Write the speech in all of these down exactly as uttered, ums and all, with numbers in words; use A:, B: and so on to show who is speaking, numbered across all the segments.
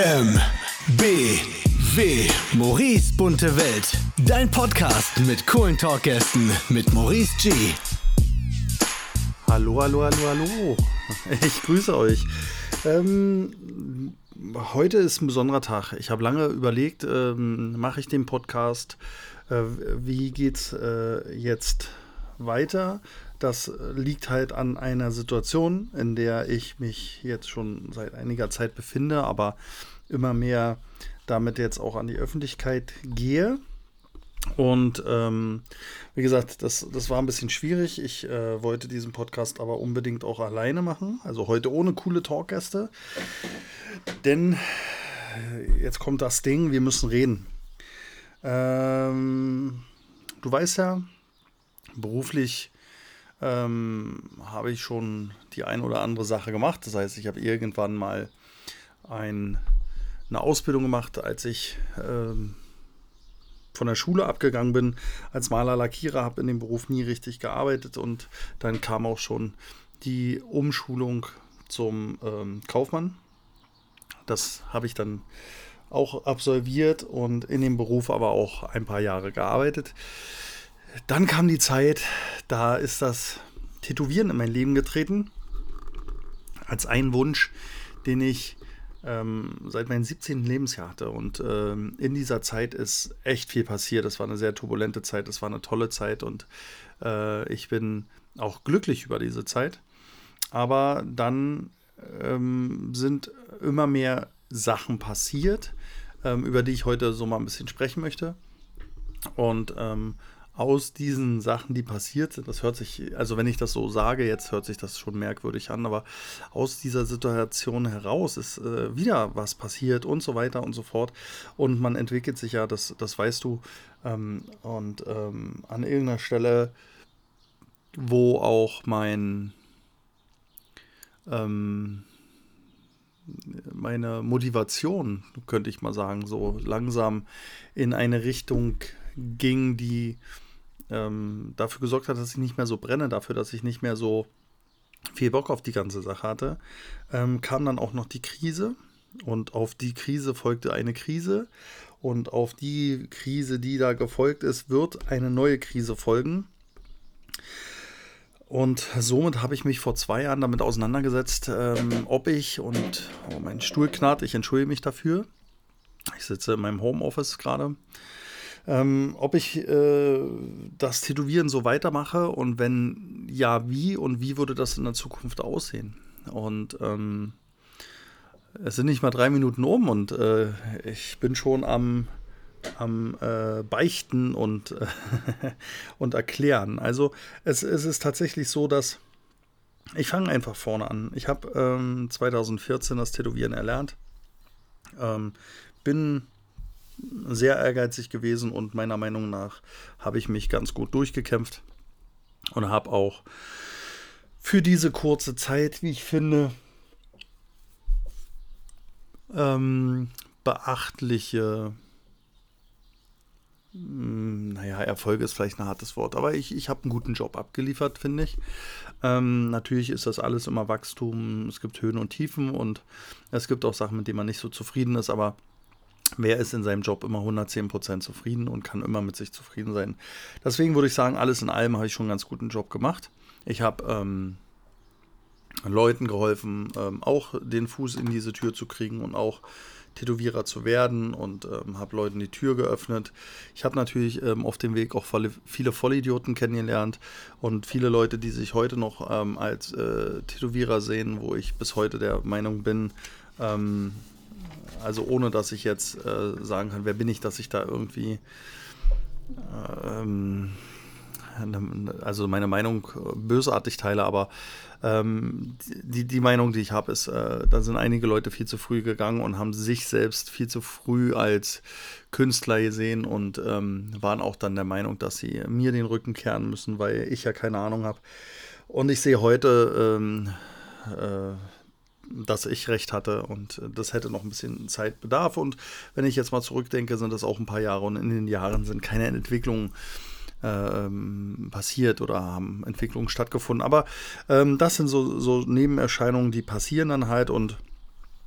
A: M B W Maurice bunte Welt. Dein Podcast mit coolen Talkgästen mit Maurice G.
B: Hallo, hallo, hallo, hallo. Ich grüße euch. Ähm, heute ist ein besonderer Tag. Ich habe lange überlegt, ähm, mache ich den Podcast? Äh, wie geht's äh, jetzt weiter? Das liegt halt an einer Situation, in der ich mich jetzt schon seit einiger Zeit befinde, aber immer mehr damit jetzt auch an die Öffentlichkeit gehe. Und ähm, wie gesagt, das, das war ein bisschen schwierig. Ich äh, wollte diesen Podcast aber unbedingt auch alleine machen. Also heute ohne coole Talkgäste. Denn jetzt kommt das Ding, wir müssen reden. Ähm, du weißt ja, beruflich ähm, habe ich schon die ein oder andere Sache gemacht. Das heißt, ich habe irgendwann mal ein, eine Ausbildung gemacht, als ich ähm, von der Schule abgegangen bin, als Maler, Lackierer, habe in dem Beruf nie richtig gearbeitet und dann kam auch schon die Umschulung zum ähm, Kaufmann. Das habe ich dann auch absolviert und in dem Beruf aber auch ein paar Jahre gearbeitet. Dann kam die Zeit, da ist das Tätowieren in mein Leben getreten, als ein Wunsch, den ich ähm, seit meinem siebzehnten Lebensjahr hatte. Und ähm, in dieser Zeit ist echt viel passiert. Es war eine sehr turbulente Zeit, es war eine tolle Zeit und äh, ich bin auch glücklich über diese Zeit. Aber dann ähm, sind immer mehr Sachen passiert, ähm, über die ich heute so mal ein bisschen sprechen möchte. Und ähm, aus diesen Sachen, die passiert sind, das hört sich, also wenn ich das so sage, jetzt hört sich das schon merkwürdig an, aber aus dieser Situation heraus ist äh, wieder was passiert und so weiter und so fort. Und man entwickelt sich ja, das, das weißt du, ähm, und ähm, an irgendeiner Stelle, wo auch mein ähm, meine Motivation, könnte ich mal sagen, so langsam in eine Richtung ging, die ähm, dafür gesorgt hat, dass ich nicht mehr so brenne, dafür, dass ich nicht mehr so viel Bock auf die ganze Sache hatte, ähm, kam dann auch noch die Krise und auf die Krise folgte eine Krise und auf die Krise, die da gefolgt ist, wird eine neue Krise folgen. Und somit habe ich mich vor zwei Jahren damit auseinandergesetzt, ähm, ob ich, und oh, mein Stuhl knarrt, ich entschuldige mich dafür, ich sitze in meinem Homeoffice gerade, ähm, ob ich äh, das Tätowieren so weitermache und wenn ja, wie und wie würde das in der Zukunft aussehen. Und ähm, es sind nicht mal drei Minuten um und äh, ich bin schon am am äh, Beichten und, äh, und Erklären. Also es, es ist tatsächlich so, dass ich fange einfach vorne an. Ich habe ähm, zwanzig vierzehn das Tätowieren erlernt, ähm, bin sehr ehrgeizig gewesen und meiner Meinung nach habe ich mich ganz gut durchgekämpft und habe auch für diese kurze Zeit, wie ich finde, ähm, beachtliche Naja, Erfolg ist vielleicht ein hartes Wort, aber ich, ich habe einen guten Job abgeliefert, finde ich. Ähm, natürlich ist das alles immer Wachstum, es gibt Höhen und Tiefen und es gibt auch Sachen, mit denen man nicht so zufrieden ist, aber wer ist in seinem Job immer hundertzehn Prozent zufrieden und kann immer mit sich zufrieden sein. Deswegen würde ich sagen, alles in allem habe ich schon einen ganz guten Job gemacht. Ich habe ähm, Leuten geholfen, ähm, auch den Fuß in diese Tür zu kriegen und auch Tätowierer zu werden und ähm, habe Leuten die Tür geöffnet. Ich habe natürlich ähm, auf dem Weg auch voll, viele Vollidioten kennengelernt und viele Leute, die sich heute noch ähm, als äh, Tätowierer sehen, wo ich bis heute der Meinung bin, ähm, also ohne dass ich jetzt äh, sagen kann, wer bin ich, dass ich da irgendwie ähm, also meine Meinung bösartig teile, aber ähm, die, die Meinung, die ich habe, ist, äh, da sind einige Leute viel zu früh gegangen und haben sich selbst viel zu früh als Künstler gesehen und ähm, waren auch dann der Meinung, dass sie mir den Rücken kehren müssen, weil ich ja keine Ahnung habe. Und ich sehe heute, ähm, äh, dass ich recht hatte und das hätte noch ein bisschen Zeit bedarf. Und wenn ich jetzt mal zurückdenke, sind das auch ein paar Jahre und in den Jahren sind keine Entwicklungen ähm, passiert oder haben Entwicklungen stattgefunden. Aber ähm, das sind so, so Nebenerscheinungen, die passieren dann halt und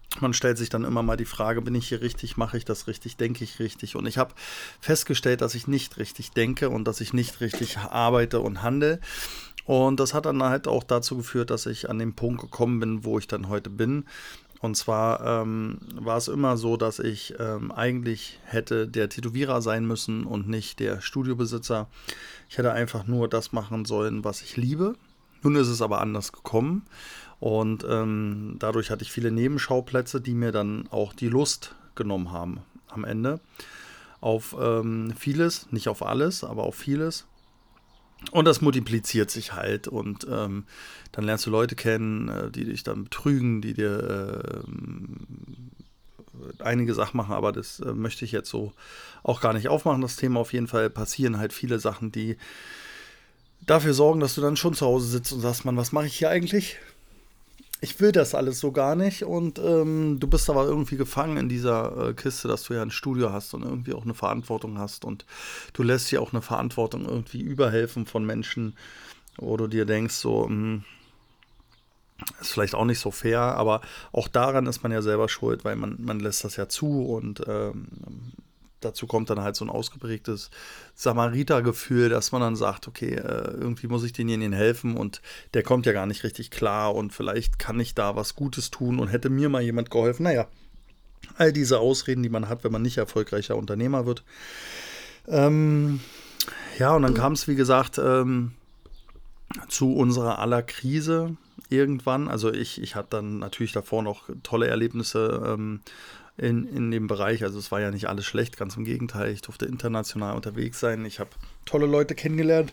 B: Man stellt sich dann immer mal die Frage, bin ich hier richtig, mache ich das richtig, denke ich richtig? Und ich habe festgestellt, dass ich nicht richtig denke und dass ich nicht richtig arbeite und handle. Und das hat dann halt auch dazu geführt, dass ich an den Punkt gekommen bin, wo ich dann heute bin. Und zwar ähm, war es immer so, dass ich ähm, eigentlich hätte der Tätowierer sein müssen und nicht der Studiobesitzer. Ich hätte einfach nur das machen sollen, was ich liebe. Nun ist es aber anders gekommen. Und ähm, dadurch hatte ich viele Nebenschauplätze, die mir dann auch die Lust genommen haben am Ende. Auf ähm, vieles, nicht auf alles, aber auf vieles. Und das multipliziert sich halt und ähm, dann lernst du Leute kennen, äh, die dich dann betrügen, die dir äh, einige Sachen machen, aber das äh, möchte ich jetzt so auch gar nicht aufmachen, das Thema. Auf jeden Fall passieren halt viele Sachen, die dafür sorgen, dass du dann schon zu Hause sitzt und sagst, Mann, was mache ich hier eigentlich? Ich will das alles so gar nicht und ähm, du bist aber irgendwie gefangen in dieser äh, Kiste, dass du ja ein Studio hast und irgendwie auch eine Verantwortung hast und du lässt dir auch eine Verantwortung irgendwie überhelfen von Menschen, wo du dir denkst, so, mh, ist vielleicht auch nicht so fair, aber auch daran ist man ja selber schuld, weil man, man lässt das ja zu und ähm, dazu kommt dann halt so ein ausgeprägtes Samaritergefühl, dass man dann sagt, okay, äh, irgendwie muss ich denjenigen helfen und der kommt ja gar nicht richtig klar und vielleicht kann ich da was Gutes tun und hätte mir mal jemand geholfen. Naja, all diese Ausreden, die man hat, wenn man nicht erfolgreicher Unternehmer wird. Ähm, ja, und dann kam es, wie gesagt, ähm, zu unserer aller Krise irgendwann. Also ich, ich hatte dann natürlich davor noch tolle Erlebnisse ähm, In, in dem Bereich, also es war ja nicht alles schlecht, ganz im Gegenteil, ich durfte international unterwegs sein, ich habe tolle Leute kennengelernt.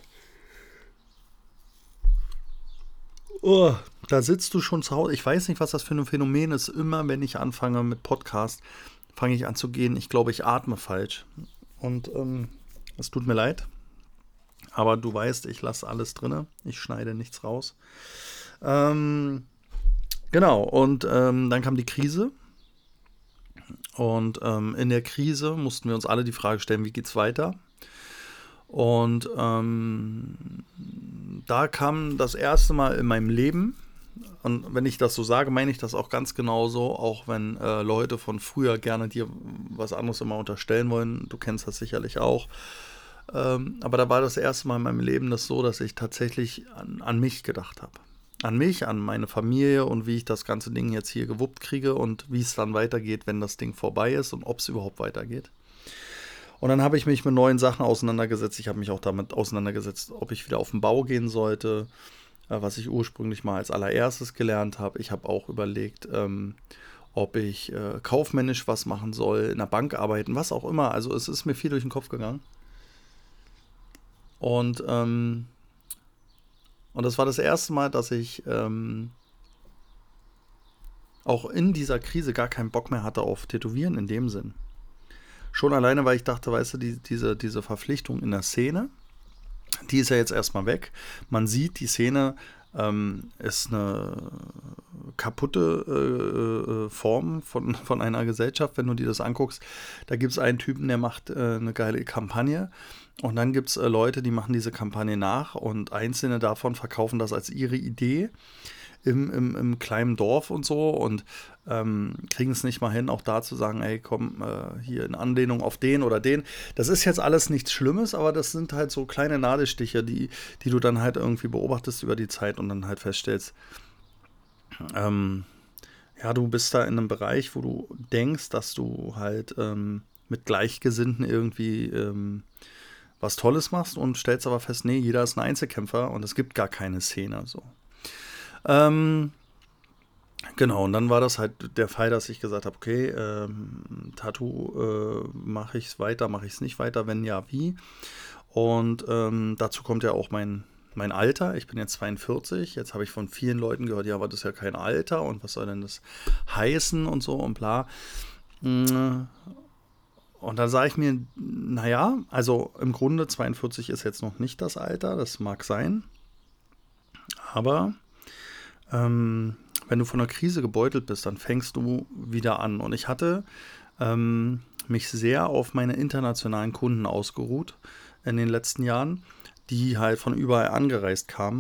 B: Oh, da sitzt du schon zu Hause, ich weiß nicht, was das für ein Phänomen ist, immer wenn ich anfange mit Podcast, fange ich an zu gehen, ich glaube, ich atme falsch und ähm, es tut mir leid, aber du weißt, ich lasse alles drin, ich schneide nichts raus. Ähm, genau, und ähm, dann kam die Krise. Und ähm, in der Krise mussten wir uns alle die Frage stellen, wie geht's weiter? Und ähm, da kam das erste Mal in meinem Leben, und wenn ich das so sage, meine ich das auch ganz genauso, auch wenn äh, Leute von früher gerne dir was anderes immer unterstellen wollen, du kennst das sicherlich auch. Ähm, aber da war das erste Mal in meinem Leben das so, dass ich tatsächlich an, an mich gedacht habe. An mich, an meine Familie und wie ich das ganze Ding jetzt hier gewuppt kriege und wie es dann weitergeht, wenn das Ding vorbei ist und ob es überhaupt weitergeht. Und dann habe ich mich mit neuen Sachen auseinandergesetzt. Ich habe mich auch damit auseinandergesetzt, ob ich wieder auf den Bau gehen sollte, äh, was ich ursprünglich mal als allererstes gelernt habe. Ich habe auch überlegt, ähm, ob ich äh, kaufmännisch was machen soll, in der Bank arbeiten, was auch immer. Also es ist mir viel durch den Kopf gegangen. Und ähm, Und das war das erste Mal, dass ich ähm, auch in dieser Krise gar keinen Bock mehr hatte auf Tätowieren in dem Sinn. Schon alleine, weil ich dachte, weißt du, die, diese, diese Verpflichtung in der Szene, die ist ja jetzt erstmal weg. Man sieht, die Szene ähm, ist eine kaputte äh, äh, Form von, von einer Gesellschaft, wenn du dir das anguckst. Da gibt es einen Typen, der macht äh, eine geile Kampagne. Und dann gibt es äh, Leute, die machen diese Kampagne nach und einzelne davon verkaufen das als ihre Idee im, im, im kleinen Dorf und so und ähm, kriegen es nicht mal hin, auch da zu sagen, ey, komm, äh, hier in Anlehnung auf den oder den. Das ist jetzt alles nichts Schlimmes, aber das sind halt so kleine Nadelstiche, die, die du dann halt irgendwie beobachtest über die Zeit und dann halt feststellst, ähm, ja, du bist da in einem Bereich, wo du denkst, dass du halt ähm, mit Gleichgesinnten irgendwie ähm, was Tolles machst und stellst aber fest, nee, jeder ist ein Einzelkämpfer und es gibt gar keine Szene. So. Ähm, genau, und dann war das halt der Fall, dass ich gesagt habe, okay, ähm, Tattoo, äh, mache ich es weiter, mache ich es nicht weiter, wenn ja, wie? Und ähm, dazu kommt ja auch mein, mein Alter, ich bin jetzt zweiundvierzig, jetzt habe ich von vielen Leuten gehört, ja, aber das ist ja kein Alter und was soll denn das heißen und so und bla. Und dann sage ich mir, naja, also im Grunde zweiundvierzig ist jetzt noch nicht das Alter, das mag sein, aber ähm, wenn du von einer Krise gebeutelt bist, dann fängst du wieder an. Und ich hatte ähm, mich sehr auf meine internationalen Kunden ausgeruht in den letzten Jahren, die halt von überall angereist kamen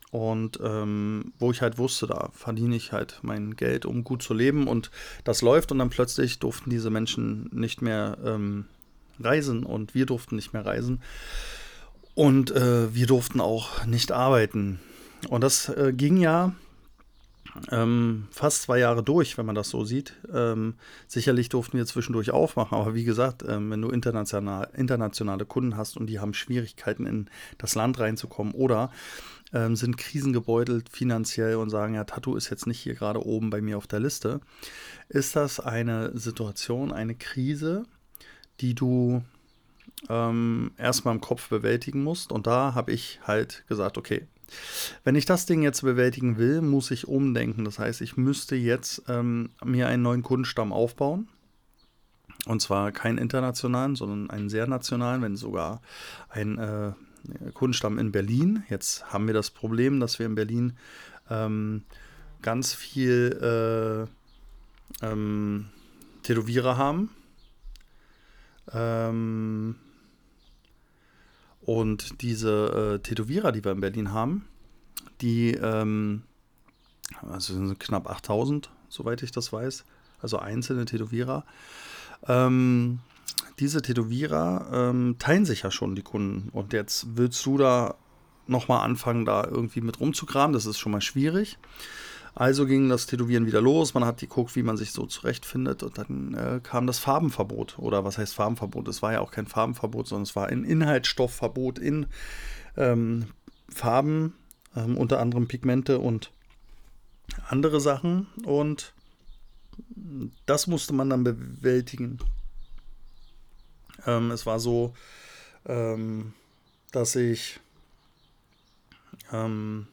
B: Und ähm, wo ich halt wusste, da verdiene ich halt mein Geld, um gut zu leben und das läuft und dann plötzlich durften diese Menschen nicht mehr ähm, reisen und wir durften nicht mehr reisen und äh, wir durften auch nicht arbeiten. Und das äh, ging ja ähm, fast zwei Jahre durch, wenn man das so sieht. Ähm, sicherlich durften wir zwischendurch aufmachen, aber wie gesagt, ähm, wenn du international, internationale Kunden hast und die haben Schwierigkeiten in das Land reinzukommen oder ähm, sind krisengebeutelt finanziell und sagen, ja, Tattoo ist jetzt nicht hier gerade oben bei mir auf der Liste, ist das eine Situation, eine Krise, die du ähm, erstmal im Kopf bewältigen musst. Und da habe ich halt gesagt, okay, wenn ich das Ding jetzt bewältigen will, muss ich umdenken. Das heißt, ich müsste jetzt ähm, mir einen neuen Kundenstamm aufbauen. Und zwar keinen internationalen, sondern einen sehr nationalen, wenn sogar einen äh, Kundenstamm in Berlin. Jetzt haben wir das Problem, dass wir in Berlin ähm, ganz viel äh, ähm, Tätowierer haben. Ähm, und diese äh, Tätowierer, die wir in Berlin haben, die ähm, also sind knapp achttausend, soweit ich das weiß, also einzelne Tätowierer. Ähm, diese Tätowierer ähm, teilen sich ja schon die Kunden und jetzt willst du da nochmal anfangen, da irgendwie mit rumzukramen, das ist schon mal schwierig. Also ging das Tätowieren wieder los, man hat geguckt, wie man sich so zurechtfindet und dann äh, kam das Farbenverbot. Oder was heißt Farbenverbot? Es war ja auch kein Farbenverbot, sondern es war ein Inhaltsstoffverbot in ähm, Farben, ähm, unter anderem Pigmente und andere Sachen. Und das musste man dann bewältigen. Ähm, es war so, ähm, dass ich ähm,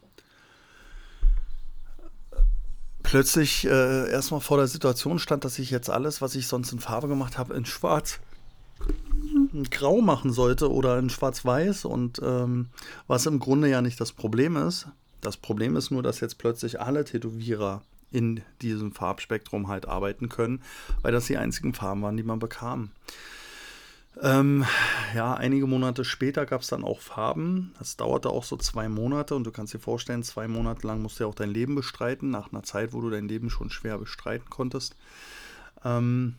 B: plötzlich äh, erstmal vor der Situation stand, dass ich jetzt alles, was ich sonst in Farbe gemacht habe, in Schwarz, in Grau machen sollte oder in Schwarz-Weiß. Und ähm, was im Grunde ja nicht das Problem ist. Das Problem ist nur, dass jetzt plötzlich alle Tätowierer in diesem Farbspektrum halt arbeiten können, weil das die einzigen Farben waren, die man bekam. Ähm, ja, einige Monate später gab es dann auch Farben. Das dauerte auch so zwei Monate und du kannst dir vorstellen, zwei Monate lang musst du ja auch dein Leben bestreiten, nach einer Zeit, wo du dein Leben schon schwer bestreiten konntest. Ähm,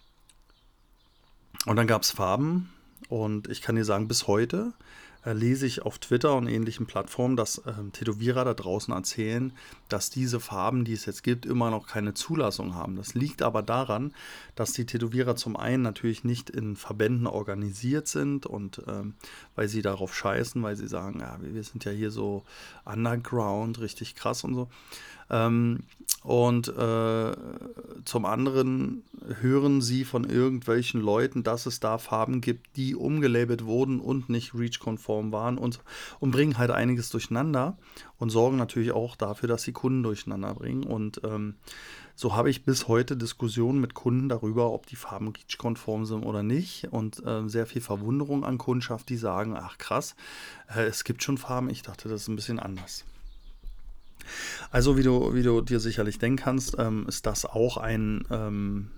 B: und dann gab es Farben und ich kann dir sagen, bis heute äh, lese ich auf Twitter und ähnlichen Plattformen, dass ähm, Tätowierer da draußen erzählen, dass diese Farben, die es jetzt gibt, immer noch keine Zulassung haben. Das liegt aber daran, dass die Tätowierer zum einen natürlich nicht in Verbänden organisiert sind und ähm, weil sie darauf scheißen, weil sie sagen, ja, wir sind ja hier so underground, richtig krass und so. Ähm, und äh, zum anderen hören sie von irgendwelchen Leuten, dass es da Farben gibt, die umgelabelt wurden und nicht REACH-konform waren und, und bringen halt einiges durcheinander und sorgen natürlich auch dafür, dass sie Kunden durcheinander bringen. Und ähm, so habe ich bis heute Diskussionen mit Kunden darüber, ob die Farben REACH-konform sind oder nicht. Und äh, sehr viel Verwunderung an Kundschaft, die sagen, ach krass, äh, es gibt schon Farben, ich dachte, das ist ein bisschen anders. Also wie du, wie du dir sicherlich denken kannst, ähm, ist das auch ein ähm,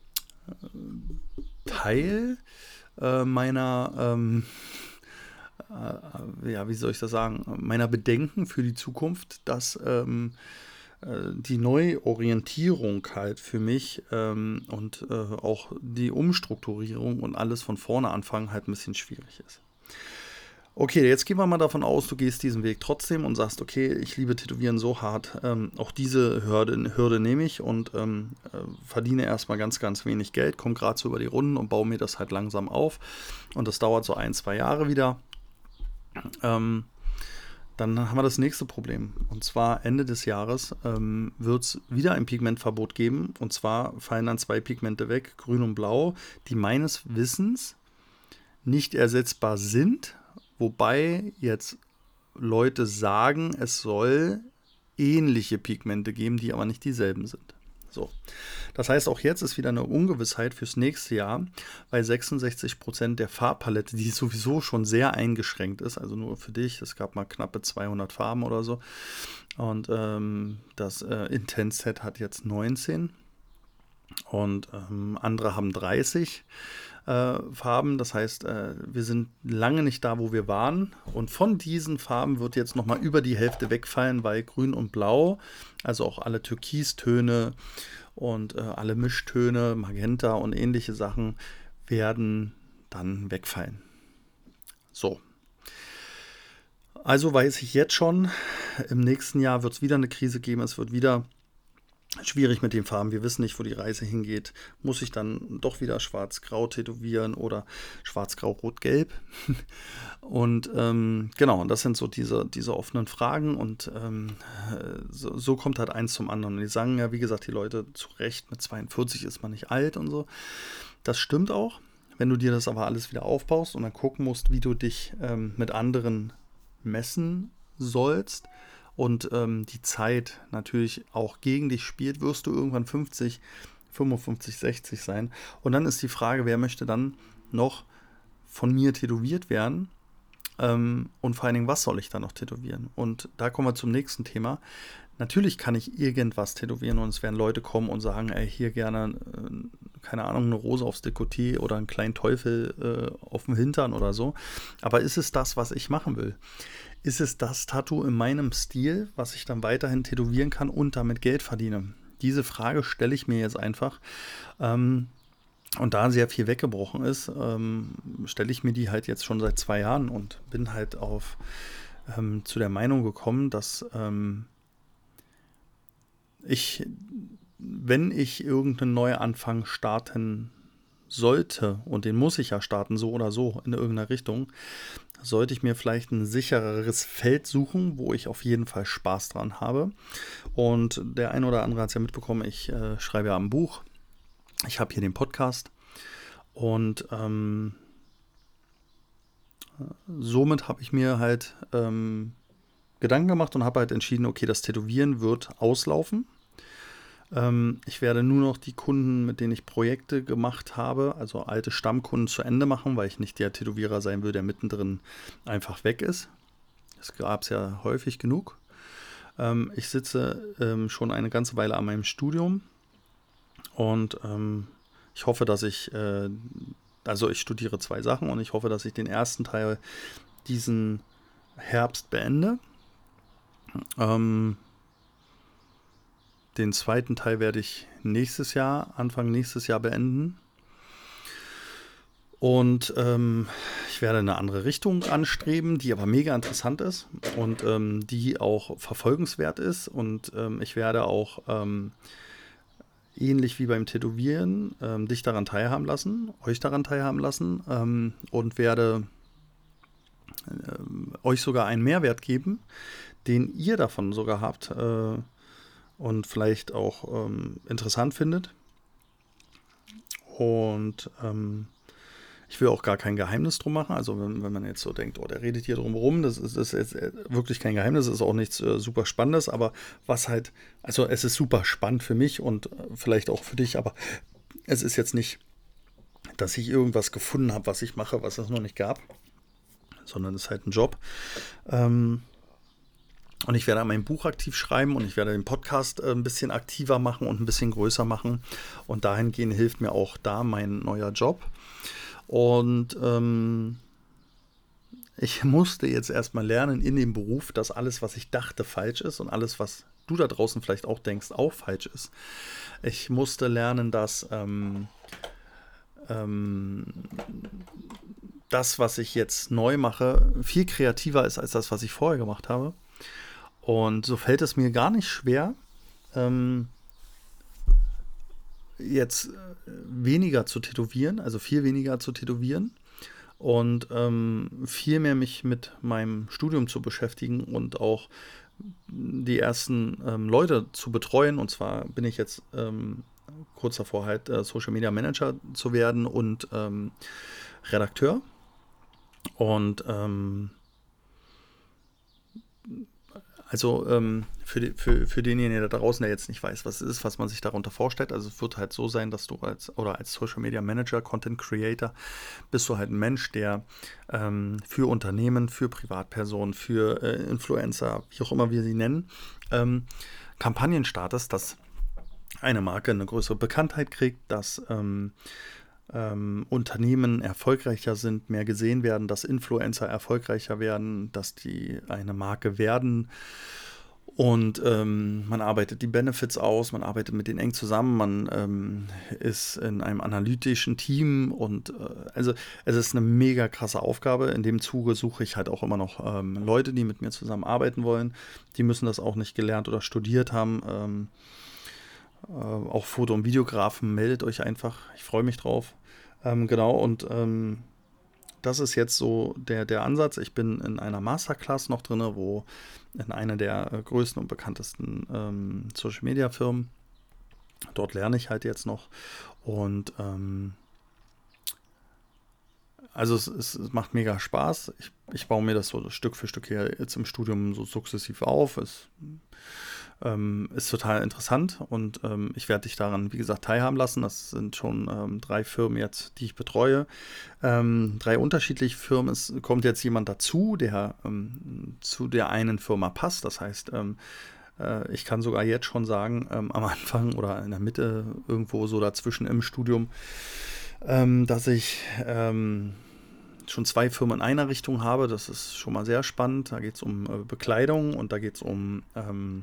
B: Teil äh, meiner, ähm, äh, ja, wie soll ich das sagen, meiner Bedenken für die Zukunft, dass ähm, äh, die Neuorientierung halt für mich ähm, und äh, auch die Umstrukturierung und alles von vorne anfangen halt ein bisschen schwierig ist. Okay, jetzt gehen wir mal davon aus, du gehst diesen Weg trotzdem und sagst, okay, ich liebe Tätowieren so hart, ähm, auch diese Hürde, Hürde nehme ich und ähm, äh, verdiene erstmal ganz, ganz wenig Geld, komme gerade so über die Runden und baue mir das halt langsam auf und das dauert so ein, zwei Jahre wieder. Ähm, dann haben wir das nächste Problem und zwar Ende des Jahres ähm, wird es wieder ein Pigmentverbot geben und zwar fallen dann zwei Pigmente weg, grün und blau, die meines Wissens nicht ersetzbar sind. Wobei jetzt Leute sagen, es soll ähnliche Pigmente geben, die aber nicht dieselben sind. So. Das heißt, auch jetzt ist wieder eine Ungewissheit fürs nächste Jahr, weil sechsundsechzig Prozent der Farbpalette, die sowieso schon sehr eingeschränkt ist, also nur für dich, es gab mal knappe zweihundert Farben oder so. Und ähm, das äh, Intense Set hat jetzt neunzehn. und ähm, andere haben dreißig äh, Farben. Das heißt, äh, wir sind lange nicht da, wo wir waren. Und von diesen Farben wird jetzt nochmal über die Hälfte wegfallen, weil Grün und Blau, also auch alle Türkistöne und äh, alle Mischtöne, Magenta und ähnliche Sachen, werden dann wegfallen. So. Also weiß ich jetzt schon, im nächsten Jahr wird es wieder eine Krise geben, es wird wieder schwierig mit den Farben. Wir wissen nicht, wo die Reise hingeht. Muss ich dann doch wieder schwarz-grau tätowieren oder schwarz-grau-rot-gelb? Und ähm, genau, das sind so diese, diese offenen Fragen und ähm, so, so kommt halt eins zum anderen. Und die sagen ja, wie gesagt, die Leute zu Recht, mit zweiundvierzig ist man nicht alt und so. Das stimmt auch. Wenn du dir das aber alles wieder aufbaust und dann gucken musst, wie du dich ähm, mit anderen messen sollst, und ähm, die Zeit natürlich auch gegen dich spielt, wirst du irgendwann fünfzig, fünfundfünfzig, sechzig sein. Und dann ist die Frage, wer möchte dann noch von mir tätowiert werden? Ähm, und vor allen Dingen, was soll ich da noch tätowieren? Und da kommen wir zum nächsten Thema. Natürlich kann ich irgendwas tätowieren und es werden Leute kommen und sagen, ey, hier gerne, äh, keine Ahnung, eine Rose aufs Dekolleté oder einen kleinen Teufel äh, auf dem Hintern oder so. Aber ist es das, was ich machen will? Ist es das Tattoo in meinem Stil, was ich dann weiterhin tätowieren kann und damit Geld verdiene? Diese Frage stelle ich mir jetzt einfach. Ähm, und da sehr viel weggebrochen ist, ähm, stelle ich mir die halt jetzt schon seit zwei Jahren und bin halt auf ähm, zu der Meinung gekommen, dass ähm, ich, wenn ich irgendeinen Neuanfang starten sollte, und den muss ich ja starten, so oder so, in irgendeiner Richtung, sollte ich mir vielleicht ein sichereres Feld suchen, wo ich auf jeden Fall Spaß dran habe. Und der ein oder andere hat es ja mitbekommen, ich äh, schreibe ja ein Buch. Ich habe hier den Podcast. Und ähm, somit habe ich mir halt ähm, Gedanken gemacht und habe halt entschieden, okay, das Tätowieren wird auslaufen. Ähm, ich werde nur noch die Kunden, mit denen ich Projekte gemacht habe, also alte Stammkunden, zu Ende machen, weil ich nicht der Tätowierer sein will, der mittendrin einfach weg ist. Das gab es ja häufig genug. Ähm, ich sitze ähm, schon eine ganze Weile an meinem Studium und ähm, ich hoffe, dass ich, äh, also ich studiere zwei Sachen und ich hoffe, dass ich den ersten Teil diesen Herbst beende. Ähm, Den zweiten Teil werde ich nächstes Jahr, Anfang nächstes Jahr beenden. Und ähm, ich werde eine andere Richtung anstreben, die aber mega interessant ist und ähm, die auch verfolgenswert ist. Und ähm, ich werde auch ähm, ähnlich wie beim Tätowieren ähm, dich daran teilhaben lassen, euch daran teilhaben lassen ähm, und werde äh, euch sogar einen Mehrwert geben, den ihr davon sogar habt. Äh, und vielleicht auch ähm, interessant findet. Und ähm, ich will auch gar kein Geheimnis drum machen. Also wenn, wenn man jetzt so denkt, oh, der redet hier drum rum, das ist, das ist jetzt wirklich kein Geheimnis, das ist auch nichts äh, super Spannendes, aber was halt, also es ist super spannend für mich und äh, vielleicht auch für dich, aber es ist jetzt nicht, dass ich irgendwas gefunden habe, was ich mache, was es noch nicht gab, sondern es ist halt ein Job. Ähm, Und ich werde an meinem Buch aktiv schreiben und ich werde den Podcast äh, ein bisschen aktiver machen und ein bisschen größer machen. Und dahingehend hilft mir auch da mein neuer Job. Und ähm, ich musste jetzt erstmal lernen in dem Beruf, dass alles, was ich dachte, falsch ist und alles, was du da draußen vielleicht auch denkst, auch falsch ist. Ich musste lernen, dass ähm, ähm, das, was ich jetzt neu mache, viel kreativer ist als das, was ich vorher gemacht habe. Und so fällt es mir gar nicht schwer, ähm, jetzt weniger zu tätowieren, also viel weniger zu tätowieren und ähm, viel mehr mich mit meinem Studium zu beschäftigen und auch die ersten ähm, Leute zu betreuen. Und zwar bin ich jetzt ähm, kurz davor, halt äh, Social Media Manager zu werden und ähm, Redakteur. Und ähm, Also ähm, für, die, für, für denjenigen da draußen, der jetzt nicht weiß, was es ist, was man sich darunter vorstellt, also es wird halt so sein, dass du als, oder als Social Media Manager, Content Creator, bist du halt ein Mensch, der ähm, für Unternehmen, für Privatpersonen, für äh, Influencer, wie auch immer wir sie nennen, ähm, Kampagnen startest, dass eine Marke eine größere Bekanntheit kriegt, dass ähm, ähm, Unternehmen erfolgreicher sind, mehr gesehen werden, dass Influencer erfolgreicher werden, dass die eine Marke werden. Und ähm, man arbeitet die Benefits aus, man arbeitet mit denen eng zusammen, man ähm, ist in einem analytischen Team und äh, also es ist eine mega krasse Aufgabe. In dem Zuge suche ich halt auch immer noch ähm, Leute, die mit mir zusammen arbeiten wollen. Die müssen das auch nicht gelernt oder studiert haben. Ähm, äh, auch Foto- und Videografen, meldet euch einfach. Ich freue mich drauf. Ähm, genau, und ähm, das ist jetzt so der, der Ansatz. Ich bin in einer Masterclass noch drin, wo in einer der äh, größten und bekanntesten ähm, Social-Media-Firmen. Dort lerne ich halt jetzt noch. Und ähm, also es, es, es macht mega Spaß. Ich, ich baue mir das so Stück für Stück hier jetzt im Studium so sukzessiv auf. Es ähm, ist total interessant und ähm, ich werde dich daran, wie gesagt, teilhaben lassen. Das sind schon ähm, drei Firmen jetzt, die ich betreue. Ähm, drei unterschiedliche Firmen. Es kommt jetzt jemand dazu, der ähm, zu der einen Firma passt. Das heißt, ähm, äh, ich kann sogar jetzt schon sagen, ähm, am Anfang oder in der Mitte, irgendwo so dazwischen im Studium, ähm, dass ich ähm, schon zwei Firmen in einer Richtung habe. Das ist schon mal sehr spannend. Da geht es um äh, Bekleidung und da geht es um, ähm,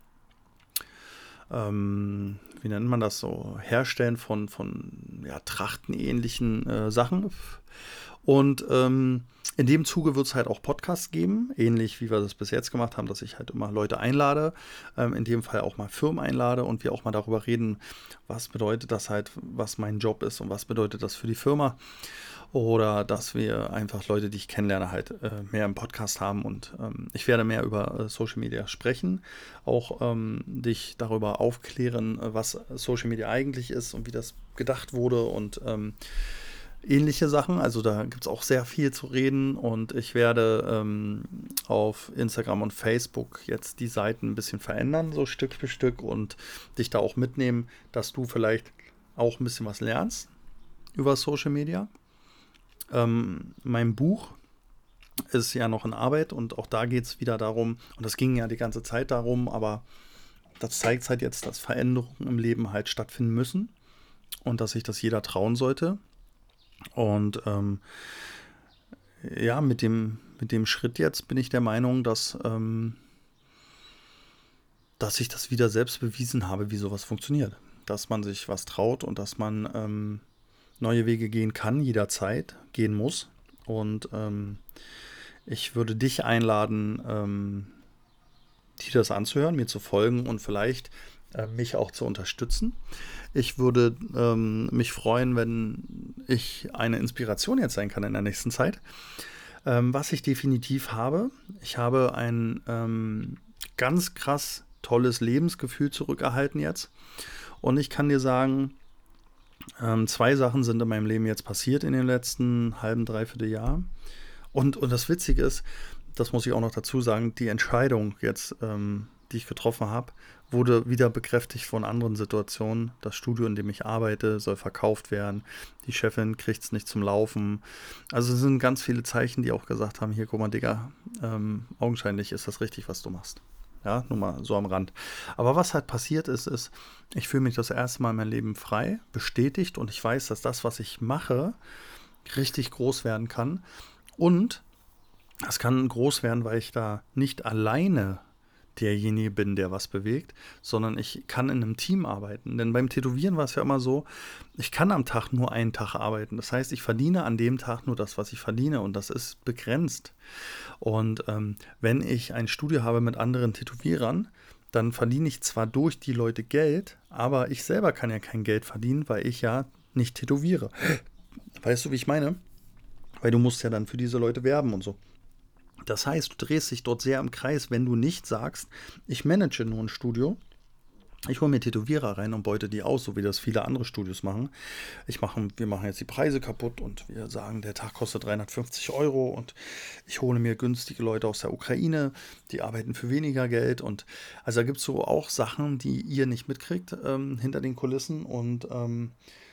B: ähm, wie nennt man das so, Herstellen von, von ja, trachtenähnlichen äh, Sachen. Und ähm, in dem Zuge wird es halt auch Podcasts geben, ähnlich wie wir das bis jetzt gemacht haben, dass ich halt immer Leute einlade, ähm, in dem Fall auch mal Firmen einlade und wir auch mal darüber reden, was bedeutet das halt, was mein Job ist und was bedeutet das für die Firma. Oder dass wir einfach Leute, die ich kennenlerne, halt äh, mehr im Podcast haben. Und ähm, ich werde mehr über äh, Social Media sprechen, auch ähm, dich darüber aufklären, äh, was Social Media eigentlich ist und wie das gedacht wurde und ähm, ähnliche Sachen. Also da gibt es auch sehr viel zu reden. Und ich werde ähm, auf Instagram und Facebook jetzt die Seiten ein bisschen verändern, so Stück für Stück und dich da auch mitnehmen, dass du vielleicht auch ein bisschen was lernst über Social Media. Ähm, mein Buch ist ja noch in Arbeit und auch da geht es wieder darum, und das ging ja die ganze Zeit darum, aber das zeigt halt jetzt, dass Veränderungen im Leben halt stattfinden müssen und dass sich das jeder trauen sollte. Und ähm, ja, mit dem, mit dem Schritt jetzt bin ich der Meinung, dass, ähm, dass ich das wieder selbst bewiesen habe, wie sowas funktioniert. Dass man sich was traut und dass man ähm, neue Wege gehen kann, jederzeit gehen muss. Und ähm, ich würde dich einladen, ähm, dir das anzuhören, mir zu folgen und vielleicht äh, mich auch zu unterstützen. Ich würde ähm, mich freuen, wenn ich eine Inspiration jetzt sein kann in der nächsten Zeit. Ähm, was ich definitiv habe, ich habe ein ähm, ganz krass tolles Lebensgefühl zurückerhalten jetzt. Und ich kann dir sagen, Ähm, zwei Sachen sind in meinem Leben jetzt passiert in den letzten halben, dreiviertel Jahr. Und, und das Witzige ist, das muss ich auch noch dazu sagen, die Entscheidung jetzt, ähm, die ich getroffen habe, wurde wieder bekräftigt von anderen Situationen. Das Studio, in dem ich arbeite, soll verkauft werden. Die Chefin kriegt es nicht zum Laufen. Also es sind ganz viele Zeichen, die auch gesagt haben, hier, guck mal, Digga, ähm, augenscheinlich ist das richtig, was du machst. Ja, nur mal so am Rand. Aber was halt passiert ist, ist, ich fühle mich das erste Mal in meinem Leben frei, bestätigt und ich weiß, dass das, was ich mache, richtig groß werden kann. Und es kann groß werden, weil ich da nicht alleine derjenige bin, der was bewegt, sondern ich kann in einem Team arbeiten. Denn beim Tätowieren war es ja immer so, ich kann am Tag nur einen Tag arbeiten. Das heißt, ich verdiene an dem Tag nur das, was ich verdiene und das ist begrenzt. Und ähm, wenn ich ein Studio habe mit anderen Tätowierern, dann verdiene ich zwar durch die Leute Geld, aber ich selber kann ja kein Geld verdienen, weil ich ja nicht tätowiere. Weißt du, wie ich meine? Weil du musst ja dann für diese Leute werben und so. Das heißt, du drehst dich dort sehr im Kreis, wenn du nicht sagst, ich manage nur ein Studio, ich hole mir Tätowierer rein und beute die aus, so wie das viele andere Studios machen. Ich mache, wir machen jetzt die Preise kaputt und wir sagen, der Tag kostet dreihundertfünfzig Euro und ich hole mir günstige Leute aus der Ukraine, die arbeiten für weniger Geld. Und also da gibt es so auch Sachen, die ihr nicht mitkriegt ähm, hinter den Kulissen und ähm,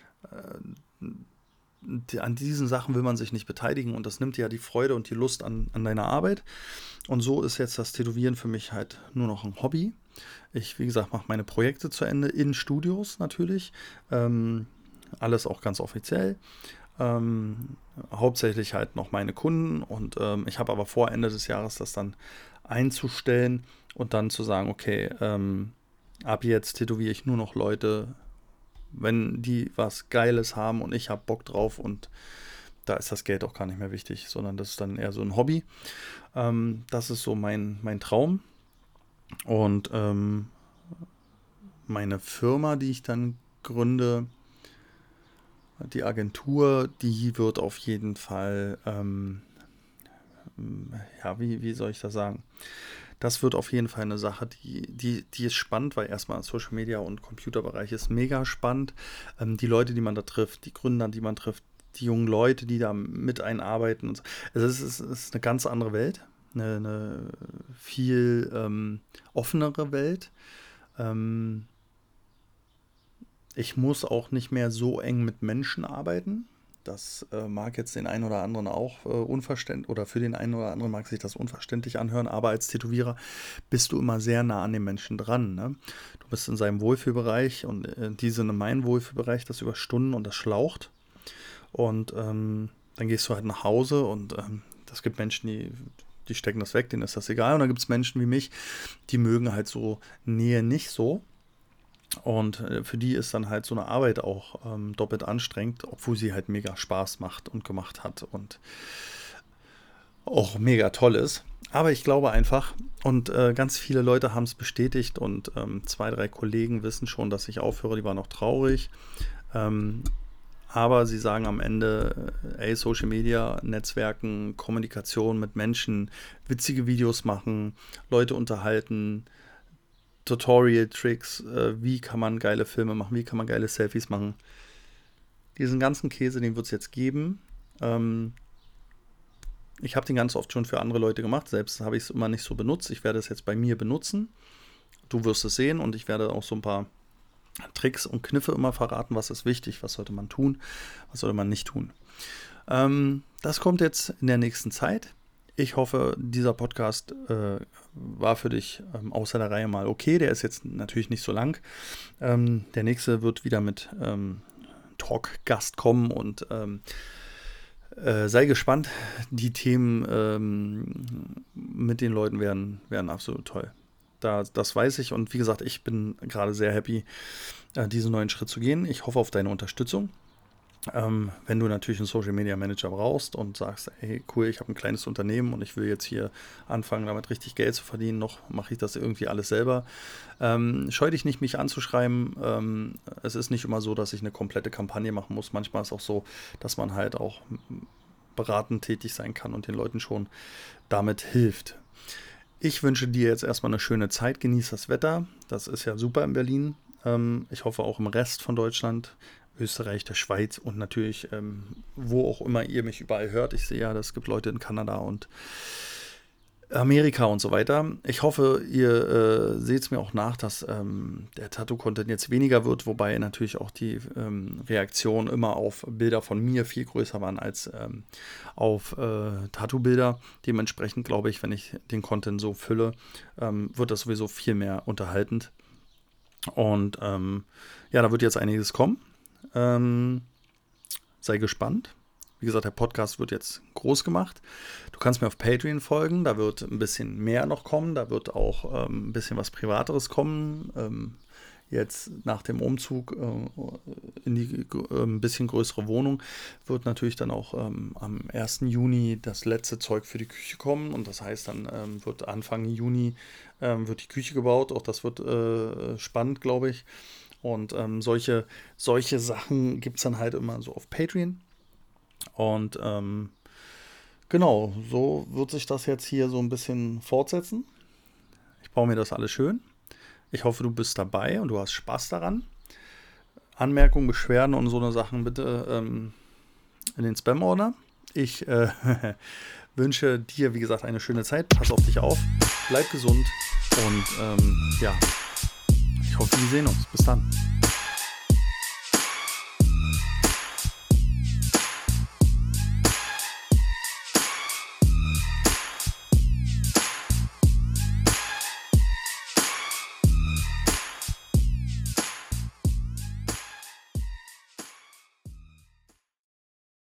B: äh, Die, an diesen Sachen will man sich nicht beteiligen und das nimmt ja die Freude und die Lust an, an deiner Arbeit. Und so ist jetzt das Tätowieren für mich halt nur noch ein Hobby. Ich, wie gesagt, mache meine Projekte zu Ende in Studios natürlich. Ähm, alles auch ganz offiziell. Ähm, hauptsächlich halt noch meine Kunden und ähm, ich habe aber vor, Ende des Jahres das dann einzustellen und dann zu sagen, okay, ähm, ab jetzt tätowiere ich nur noch Leute, wenn die was Geiles haben und ich habe Bock drauf und da ist das Geld auch gar nicht mehr wichtig, sondern das ist dann eher so ein Hobby. Ähm, das ist so mein, mein Traum. Und ähm, meine Firma, die ich dann gründe, die Agentur, die wird auf jeden Fall, ähm, ja, wie, wie soll ich das sagen? Das wird auf jeden Fall eine Sache, die, die, die ist spannend, weil erstmal Social Media und Computerbereich ist mega spannend. Ähm, die Leute, die man da trifft, die Gründer, die man trifft, die jungen Leute, die da mit einarbeiten. Und so. Also es ist, es ist eine ganz andere Welt, eine, eine viel ähm, offenere Welt. Ähm, ich muss auch nicht mehr so eng mit Menschen arbeiten. Das äh, mag jetzt den einen oder anderen auch äh, unverständlich, oder für den einen oder anderen mag sich das unverständlich anhören, aber als Tätowierer bist du immer sehr nah an den Menschen dran. Ne? Du bist in seinem Wohlfühlbereich und äh, die sind in meinem Wohlfühlbereich, das über Stunden und das schlaucht. Und ähm, dann gehst du halt nach Hause und ähm, das gibt Menschen, die, die stecken das weg, denen ist das egal. Und dann gibt es Menschen wie mich, die mögen halt so Nähe nicht so. Und äh, für die ist dann halt so eine Arbeit auch ähm, doppelt anstrengend, obwohl sie halt mega Spaß macht und gemacht hat und auch mega toll ist. Aber ich glaube einfach, und äh, ganz viele Leute haben es bestätigt und ähm, zwei, drei Kollegen wissen schon, dass ich aufhöre, die waren auch traurig. Ähm, Aber sie sagen am Ende, ey, Social Media, Netzwerken, Kommunikation mit Menschen, witzige Videos machen, Leute unterhalten, Tutorial-Tricks, äh, wie kann man geile Filme machen, wie kann man geile Selfies machen. Diesen ganzen Käse, den wird es jetzt geben. Ähm, ich habe den ganz oft schon für andere Leute gemacht, selbst habe ich es immer nicht so benutzt. Ich werde es jetzt bei mir benutzen. Du wirst es sehen und ich werde auch so ein paar Tricks und Kniffe immer verraten, was ist wichtig, was sollte man tun, was sollte man nicht tun. Ähm, das kommt jetzt in der nächsten Zeit. Ich hoffe, dieser Podcast äh, war für dich ähm, außer der Reihe mal okay. Der ist jetzt natürlich nicht so lang. Ähm, der nächste wird wieder mit ähm, Talk-Gast kommen und ähm, äh, sei gespannt. Die Themen ähm, mit den Leuten werden, werden absolut toll. Da, das weiß ich und wie gesagt, ich bin gerade sehr happy, äh, diesen neuen Schritt zu gehen. Ich hoffe auf deine Unterstützung. Ähm, wenn du natürlich einen Social Media Manager brauchst und sagst, hey cool, ich habe ein kleines Unternehmen und ich will jetzt hier anfangen, damit richtig Geld zu verdienen, noch mache ich das irgendwie alles selber. Ähm, scheu dich nicht, mich anzuschreiben. Ähm, es ist nicht immer so, dass ich eine komplette Kampagne machen muss. Manchmal ist es auch so, dass man halt auch beratend tätig sein kann und den Leuten schon damit hilft. Ich wünsche dir jetzt erstmal eine schöne Zeit. Genieß das Wetter. Das ist ja super in Berlin. Ähm, ich hoffe auch im Rest von Deutschland, Österreich, der Schweiz und natürlich, ähm, wo auch immer ihr mich überall hört. Ich sehe ja, es gibt Leute in Kanada und Amerika und so weiter. Ich hoffe, ihr äh, seht es mir auch nach, dass ähm, der Tattoo-Content jetzt weniger wird, wobei natürlich auch die ähm, Reaktionen immer auf Bilder von mir viel größer waren als ähm, auf äh, Tattoo-Bilder. Dementsprechend glaube ich, wenn ich den Content so fülle, ähm, wird das sowieso viel mehr unterhaltend. Und ähm, ja, da wird jetzt einiges kommen. Ähm, sei gespannt. Wie gesagt, der Podcast wird jetzt groß gemacht. Du kannst mir auf Patreon folgen, da wird ein bisschen mehr noch kommen, da wird auch ähm, ein bisschen was Privateres kommen. Ähm, jetzt nach dem Umzug äh, in die äh, ein bisschen größere Wohnung wird natürlich dann auch ähm, am ersten Juni das letzte Zeug für die Küche kommen und das heißt, dann ähm, wird Anfang Juni ähm, wird die Küche gebaut. Auch das wird äh, spannend, glaube ich. Und ähm, solche, solche Sachen gibt es dann halt immer so auf Patreon. Und ähm, genau, so wird sich das jetzt hier so ein bisschen fortsetzen. Ich baue mir das alles schön. Ich hoffe, du bist dabei und du hast Spaß daran. Anmerkungen, Beschwerden und so eine Sachen bitte ähm, in den Spam-Ordner. Ich äh, wünsche dir, wie gesagt, eine schöne Zeit. Pass auf dich auf, bleib gesund und ähm, ja, ich hoffe, wir sehen uns. Bis dann.